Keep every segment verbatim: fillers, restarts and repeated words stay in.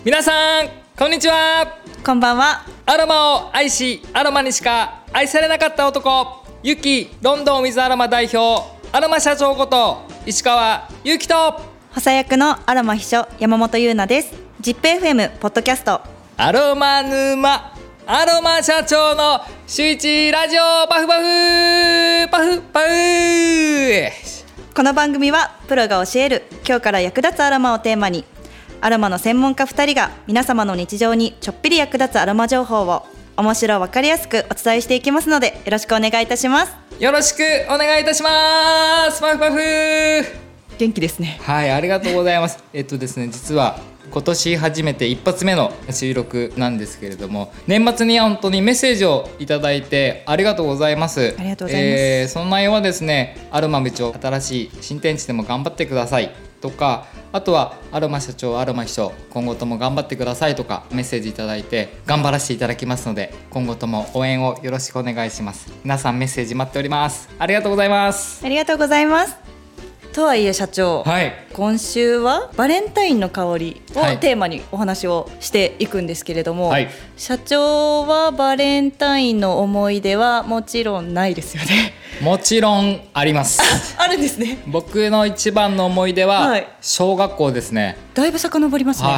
皆さんこんにちは。 こんばんは。 アロマを愛しアロマにしか愛されなかった男、ゆきロンドンウィズアロマ代表、アロマ社長こと石川ゆきと補佐役のアロマ秘書山本優奈です。 ジップエフエム ポッドキャストアロマ沼アロマ社長の週一ラジオパフパフパフパフ。 この番組はプロが教える今日から役立つアロマをテーマに、アロマの専門家ふたりが皆様の日常にちょっぴり役立つアロマ情報を面白わかりやすくお伝えしていきますので、よろしくお願いいたします。 よろしくお願いいたします。パフパフ。 元気ですね。 はい、ありがとうございます。えっとですね実は今年初めて一発目の収録なんですけれども、年末に本当にメッセージをいただいてありがとうございます。 ありがとうございます。 えー、その内容はですね、アロマ部長新しい新天地でも頑張ってくださいとか、あとはアロマ社長アロマ秘書今後とも頑張ってくださいとかメッセージいただいて、頑張らせていただきますので今後とも応援をよろしくお願いします。皆さんメッセージ待っております。ありがとうございます。 ありがとうございます。とはいえ社長、 はい、 今週はバレンタインの香りをはいテーマにお話をしていくんですけれども、 はい、 社長はバレンタインの思い出はもちろんないですよね。 もちろんありますあるんですね。 僕の一番の思い出は、 はい、 小学校ですね。 だいぶ遡りますね。 はい、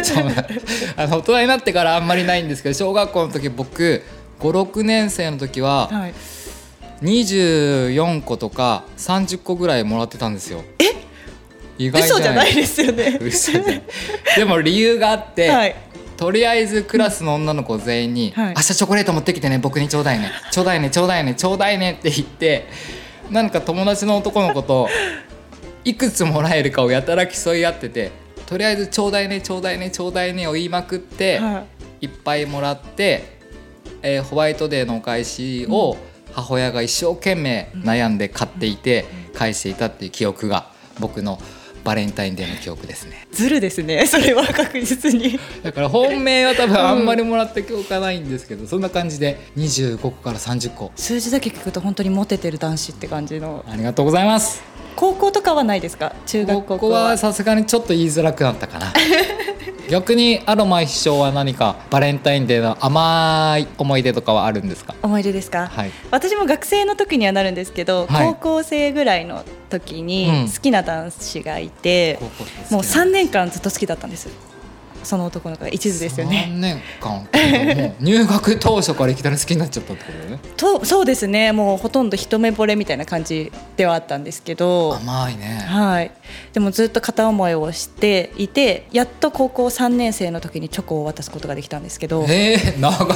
そうあの大人になってからあんまりないんですけど、小学校の時僕ご、ろくねん生の時は、はい、にじゅうよんことかさんじゅっこぐらいもらってたんですよ。 え、 意外じゃない？ 嘘じゃないですよね。 嘘じゃない。でも理由があって、はい、とりあえずクラスの女の子全員に、うん、はい、明日チョコレート持ってきてね、僕にちょうだいねちょうだいねちょうだいねちょうだいねって言って、なんか友達の男の子といくつもらえるかをやたら競い合ってて、とりあえずちょうだいねちょうだいねちょうだいねを言いまくって、はい、いっぱいもらって、えー、ホワイトデーのお返しを、うん、母親が一生懸命悩んで買っていて返していたっていう記憶が僕のバレンタインデーの記憶ですね。 ずるですね、それは確実に。 だから本命は多分あんまりもらった記憶はないんですけど、うん、そんな感じでにじゅうごこからさんじゅっこ。 数字だけ聞くと本当にモテてる男子って感じの。 ありがとうございます。 高校とかはないですか？中学校は。 高校はさすがにちょっと言いづらくなったかな。逆にアロマ秘書は何かバレンタインデーの甘い思い出とかはあるんですか？ 思い出ですか？ はい、 私も学生の時にはなるんですけど、はい、高校生ぐらいの時に好きな男子がいて、うん、もうさんねんかんずっと好きだったんです。その男の子が一途ですよね。 さんねんかんもう入学当初からいきなり好きになっちゃったってことだよね。 とそうですね、もうほとんど一目惚れみたいな感じではあったんですけど、 甘いね。 はい、でもずっと片思いをしていて、やっと高校さんねん生の時にチョコを渡すことができたんですけど、 えー、長い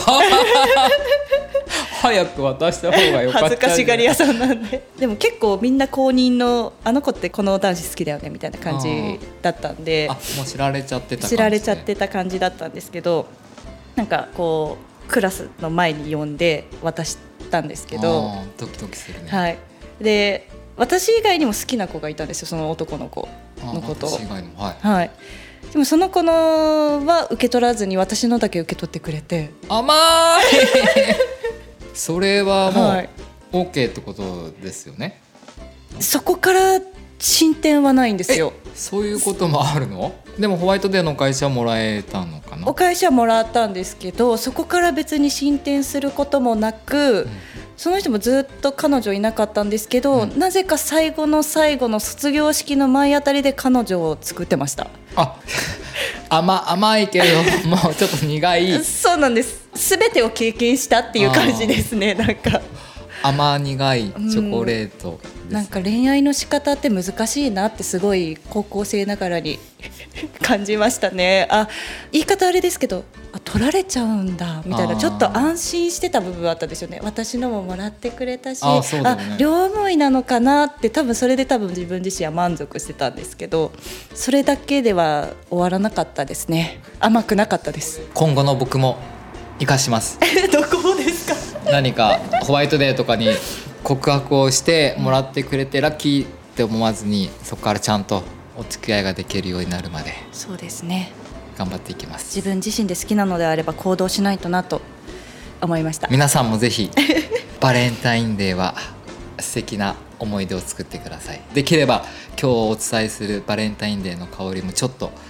早く渡した方がよかった。 恥ずかしがり屋さんなんで。でも結構みんな公認のあの子ってこの男子好きだよねみたいな感じだったんで、 あ、もう知られちゃってた感じ、ね、 知られちゃってた感じだったんですけど、なんかこうクラスの前に呼んで渡したんですけど、 ドキドキするね。 はい、で私以外にも好きな子がいたんですよ、その男の子のことを。 私以外にも、はいはい、でもその子のは受け取らずに私のだけ受け取ってくれて。 甘いそれはもう OK ってことですよね。 そこから進展はないんですよ。 そういうこともあるの？でもホワイトデーのお返しはもらえたのかな？ お返しはもらったんですけど、そこから別に進展することもなく、うん、その人もずっと彼女いなかったんですけど、うん、なぜか最後の最後の卒業式の前あたりで彼女を作ってました。 あ甘, 甘いけどもうちょっと苦いそうなんです。全てを経験したっていう感じですね。なんか甘苦いチョコレートです、ね、 うん、なんか恋愛の仕方って難しいなってすごい高校生ながらに感じましたね。あ、言い方あれですけど、あ、取られちゃうんだみたいな、ちょっと安心してた部分はあったでしょうね。私のももらってくれたし、あ、そうだよね、あ、両思いなのかなって、多分それで多分自分自身は満足してたんですけど、それだけでは終わらなかったですね。甘くなかったです。 今後の僕も生かしますどこですか？ 何かホワイトデーとかに告白をしてもらってくれてラッキーって思わずに、そこからちゃんとお付き合いができるようになるまで、 そうですね、 頑張っていきます。 自分自身で好きなのであれば行動しないとなと思いました。 皆さんもぜひバレンタインデーは素敵な思い出を作ってください。できれば今日お伝えするバレンタインデーの香りもちょっと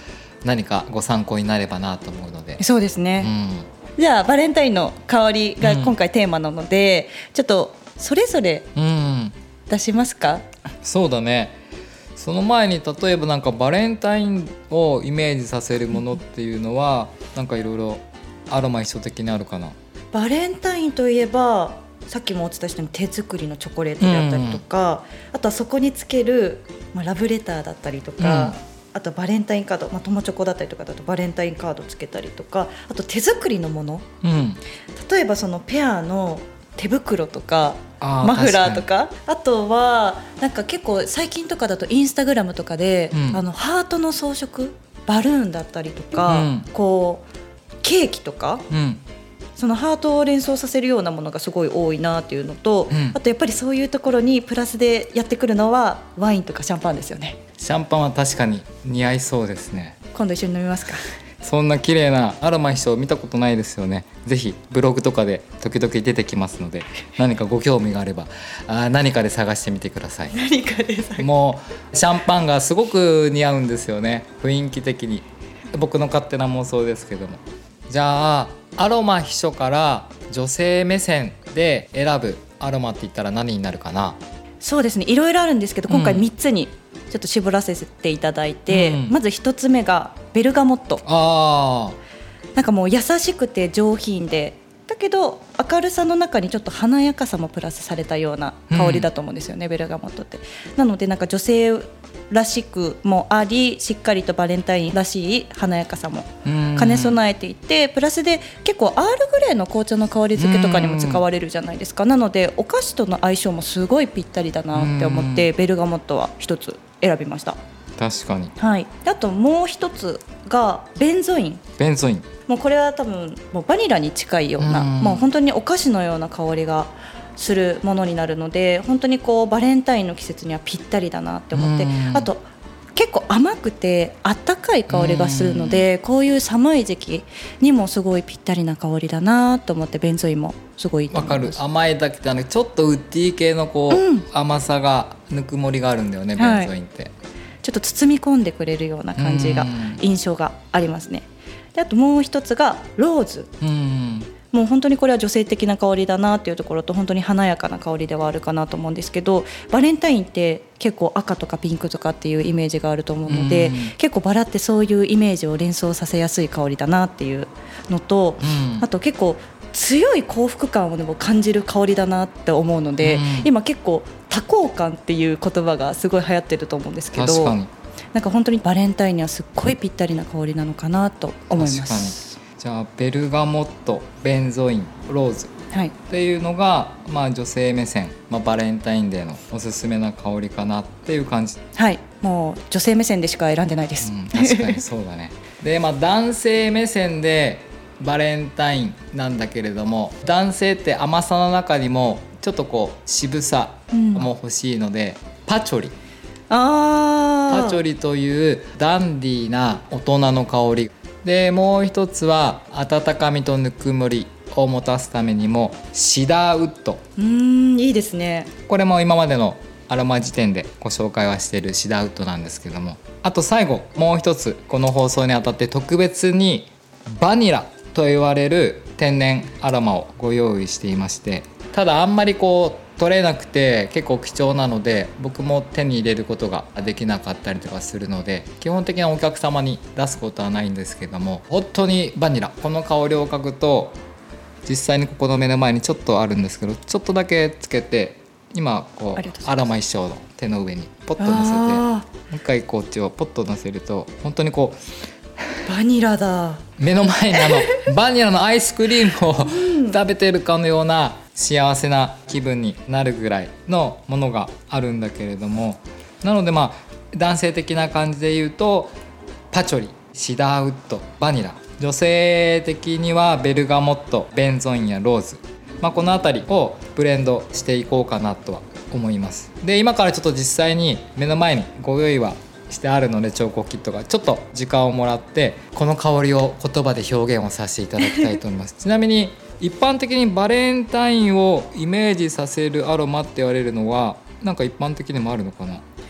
何かご参考になればなと思うので。 そうですね、うん、じゃあバレンタインの香りが今回テーマなので、うん、ちょっとそれぞれ出しますか、うん、 そうだね。その前に例えばなんかバレンタインをイメージさせるものっていうのは、うん、なんかいろいろアロマ一緒的にあるかな。 バレンタインといえばさっきもお伝えしたように手作りのチョコレートであったりとか、うん、あとはそこにつける、まあ、ラブレターだったりとか、うん、あとバレンタインカード、まあ、友チョコだったりとかだとバレンタインカードつけたりとか、あと手作りのもの、うん、例えばそのペアの手袋とかマフラーとか、 あとはなんか結構最近とかだとインスタグラムとかで、うん、あのハートの装飾バルーンだったりとか、うん、こうケーキとか、うん、そのハートを連想させるようなものがすごい多いなっていうのと、うん、あとやっぱりそういうところにプラスでやってくるのはワインとかシャンパンですよね。 シャンパンは確かに似合いそうですね。 今度一緒に飲みますか。 そんな綺麗なアロマ一緒見たことないですよね。ぜひブログとかで時々出てきますので、何かご興味があればあ何かで探してみてください。 何かで探もうシャンパンがすごく似合うんですよね、雰囲気的に。僕の勝手な妄想ですけども。じゃあアロマ秘書から女性目線で選ぶアロマって言ったら何になるかな。 そうですね、いろいろあるんですけど今回みっつにちょっと絞らせていただいて、うん、まずひとつめがベルガモット。あなんかもう優しくて上品で、だけど明るさの中にちょっと華やかさもプラスされたような香りだと思うんですよね、うん、ベルガモットって。なのでなんか女性らしくもあり、しっかりとバレンタインらしい華やかさも兼ね備えていて、プラスで結構アールグレーの紅茶の香り付けとかにも使われるじゃないですか。なのでお菓子との相性もすごいぴったりだなって思ってベルガモットは一つ選びました。 確かに、 はい、あともう一つがベンゾイン。 ベンゾインもうこれは多分もうバニラに近いような、もう本当にお菓子のような香りがするものになるので、本当にこうバレンタインの季節にはぴったりだなって思って、あと結構甘くてあったかい香りがするので、こういう寒い時期にもすごいぴったりな香りだなと思ってベンゾインもすごいいいと思います。 わかる、甘いだけでちょっとウッディ系のこう、うん、甘さがぬくもりがあるんだよね、ベンゾインって、はい、 ちょっと包み込んでくれるような感じが印象がありますね。であともう一つがローズ。うんもう本当にこれは女性的な香りだなっていうところと、本当に華やかな香りではあるかなと思うんですけど、バレンタインって結構赤とかピンクとかっていうイメージがあると思うので、結構バラってそういうイメージを連想させやすい香りだなっていうのと、あと結構強い幸福感をでも感じる香りだなって思うので、今結構多幸感っていう言葉がすごい流行ってると思うんですけど、 確かになんか本当にバレンタインにはすっごいぴったりな香りなのかなと思います。 じゃあベルガモット、ベンゾイン、ローズっていうのが、まあ、女性目線、まあ、バレンタインデーのおすすめな香りかなっていう感じ。 はい、もう女性目線でしか選んでないです、 うん、確かにそうだねで、まあ、男性目線でバレンタインなんだけれども、男性って甘さの中にもちょっとこう渋さも欲しいので、うん、パチョリあパチョリというダンディーな大人の香りで、もう一つは温かみとぬくもりを持たすためにもシダーウッド。 うーんいいですね。 これも今までのアロマ時点でご紹介はしているシダーウッドなんですけども、あと最後もう一つこの放送にあたって特別にバニラと言われる天然アロマをご用意していまして、ただあんまりこう取れなくて結構貴重なので僕も手に入れることができなかったりとかするので、基本的なお客様に出すことはないんですけども、本当にバニラこの香りを嗅ぐと、実際にここの目の前にちょっとあるんですけど、ちょっとだけつけて今こうアロマ一生の手の上にポッと乗せて、もう一回こっちをポッと乗せると本当にこうバニラだ、 目の前にあのバニラのアイスクリームを食べてるかのような幸せな気分になるぐらいのものがあるんだけれども、なのでまあ男性的な感じで言うとパチョリ、シダーウッド、バニラ、女性的にはベルガモット、ベンゾインやローズ、まあ、このあたりをブレンドしていこうかなとは思います。で今からちょっと実際に目の前にご用意はしてあるので、調香キットがちょっと時間をもらってこの香りを言葉で表現をさせていただきたいと思いますちなみに一般的にバレンタインをイメージさせるアロマって言われるのはなんか一般的にもあるのかな。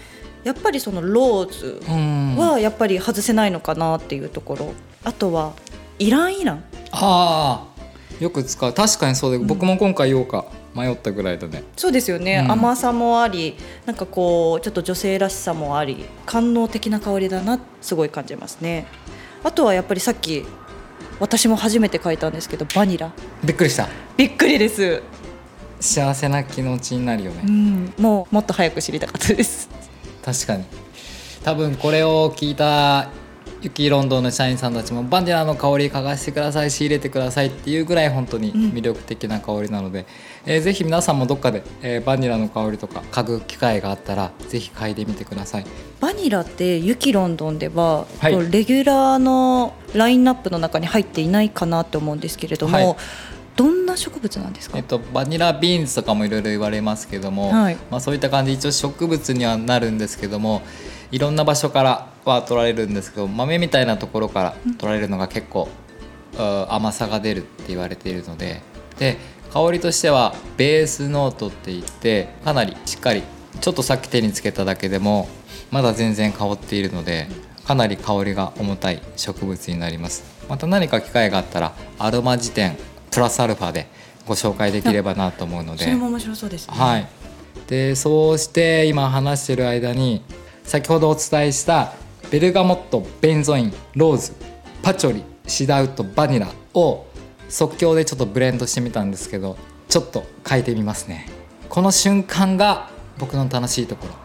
やっぱりそのローズはやっぱり外せないのかなっていうところ、あとはイランイラン、 ああよく使う、確かにそうで、うん、僕も今回言おうか迷ったぐらいだね。 そうですよね、うん、甘さもあり、なんかこうちょっと女性らしさもあり、官能的な香りだなすごい感じますね。あとはやっぱりさっき私も初めて書いたんですけど、バニラ。 びっくりした。 びっくりです。 幸せな気持ちになるよね、 うん、もうもっと早く知りたかったです。 確かに多分これを聞いたユキロンドンの社員さんたちもバニラの香り嗅がせてください、仕入れてくださいっていうぐらい本当に魅力的な香りなので、うんえー、ぜひ皆さんもどっかで、えー、バニラの香りとか嗅ぐ機会があったらぜひ嗅いでみてください。 バニラってユキロンドンでは、はい、レギュラーのラインナップの中に入っていないかなと思うんですけれども、はいどんな植物なんですか？ えっと、バニラビーンズとかもいろいろ言われますけども、はいまあ、そういった感じで一応植物にはなるんですけども、いろんな場所からは取られるんですけど、豆みたいなところから取られるのが結構、うん、甘さが出るって言われているので、で香りとしてはベースノートって言ってかなりしっかり、ちょっとさっき手につけただけでもまだ全然香っているので、かなり香りが重たい植物になります。また何か機会があったらアロマ辞典プラスアルファでご紹介できればなと思うので、 それも面白そうですね。 はい、でそうして今話している間に先ほどお伝えしたベルガモット、ベンゾイン、ローズ、パチョリ、シダウト、バニラを即興でちょっとブレンドしてみたんですけど、ちょっと変えてみますね。この瞬間が僕の楽しいところ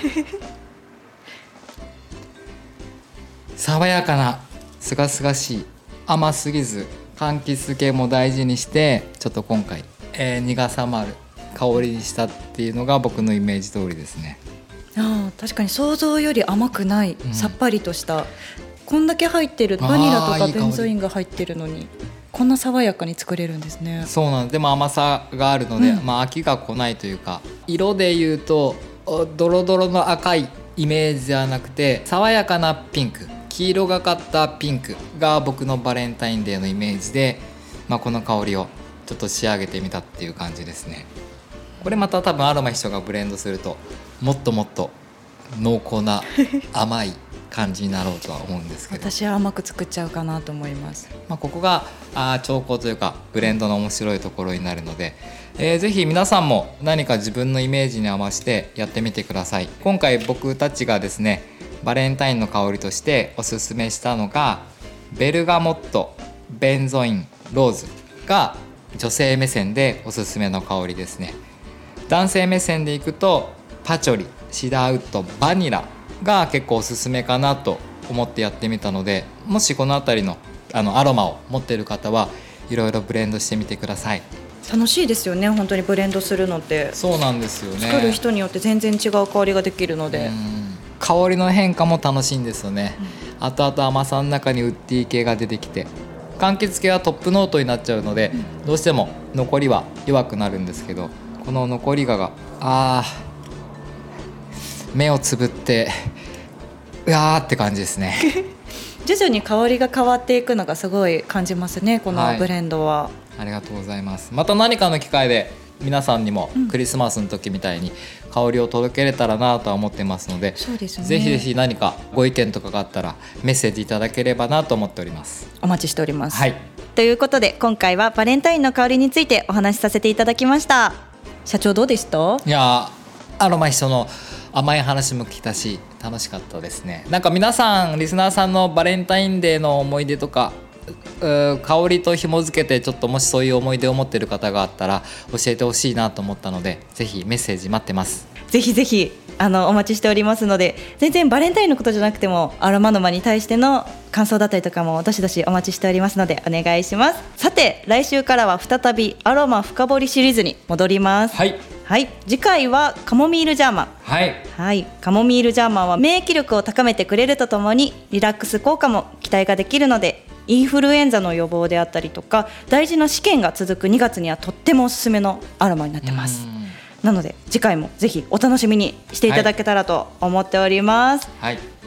爽やかなすがすがしい、甘すぎず柑橘系も大事にして、ちょっと今回、えー、苦さもある香りにしたっていうのが僕のイメージ通りですね。 ああ確かに想像より甘くない、うん、さっぱりとした、こんだけ入ってるバニラとかベンゾインが入ってるのにこんな爽やかに作れるんですね。 そうなんです。でも甘さがあるので、うんまあ、飽きが来ないというか、色でいうとドロドロの赤いイメージではなくて爽やかなピンク、黄色がかったピンクが僕のバレンタインデーのイメージで、まあ、この香りをちょっと仕上げてみたっていう感じですね。これまた多分アロマ一緒がブレンドするともっともっと濃厚な甘い感じになろうとは思うんですけど私は甘く作っちゃうかなと思います。 まあ、ここがあ調香というかブレンドの面白いところになるので、えー、ぜひ皆さんも何か自分のイメージに合わせてやってみてください。今回僕たちがですねバレンタインの香りとしておすすめしたのがベルガモット、ベンゾイン、ローズが女性目線でおすすめの香りですね。男性目線でいくとパチョリ、シダウッド、バニラが結構おすすめかなと思ってやってみたので、もしこのあたりの、あのアロマを持っている方はいろいろブレンドしてみてください。 楽しいですよね本当にブレンドするのって。 そうなんですよね。 作る人によって全然違う香りができるので、 うん香りの変化も楽しいんですよね、うん、後々甘さの中にウッディ系が出てきて、柑橘系はトップノートになっちゃうので、うん、どうしても残りは弱くなるんですけど、この残りががあ目をつぶってうわーって感じですね徐々に香りが変わっていくのがすごい感じますねこのブレンドは、はい、 ありがとうございます。また何かの機会で皆さんにもクリスマスの時みたいに香りを届けれたらなとは思ってますので、 そうですね、 ぜひぜひ何かご意見とかがあったらメッセージいただければなと思っております。 お待ちしております、 はい、 ということで今回はバレンタインの香りについてお話しさせていただきました。社長どうでした？ いやアロマ一緒の甘い話も聞いたし楽しかったですね。なんか皆さんリスナーさんのバレンタインデーの思い出とか香りと紐付けてちょっともしそういう思い出を持っている方があったら教えてほしいなと思ったので、ぜひメッセージ待ってます。 ぜひぜひあのお待ちしておりますので、全然バレンタインのことじゃなくてもアロマノマに対しての感想だったりとかもどしどしお待ちしておりますのでお願いします。さて来週からは再びアロマ深掘りシリーズに戻ります。 はいはい、次回はカモミールジャーマン、 はいはい、カモミールジャーマンは免疫力を高めてくれるとともにリラックス効果も期待ができるので、インフルエンザの予防であったりとか大事な試験が続くにがつにはとってもおすすめのアロマになってます。なので次回もぜひお楽しみにしていただけたらと思っております。 はい、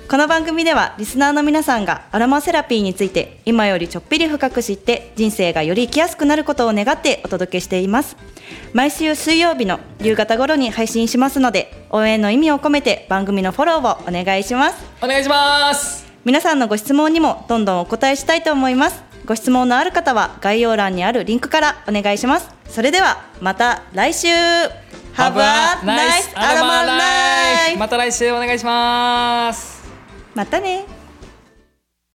この番組ではリスナーの皆さんがアロマセラピーについて今よりちょっぴり深く知って人生がより生きやすくなることを願ってお届けしています。毎週水曜日の夕方頃に配信しますので、応援の意味を込めて番組のフォローをお願いします。 お願いします。 皆さんのご質問にもどんどんお答えしたいと思います。ご質問のある方は概要欄にあるリンクからお願いします。それではまた来週。 Have a nice Aroma Life。 また来週お願いします。 またね。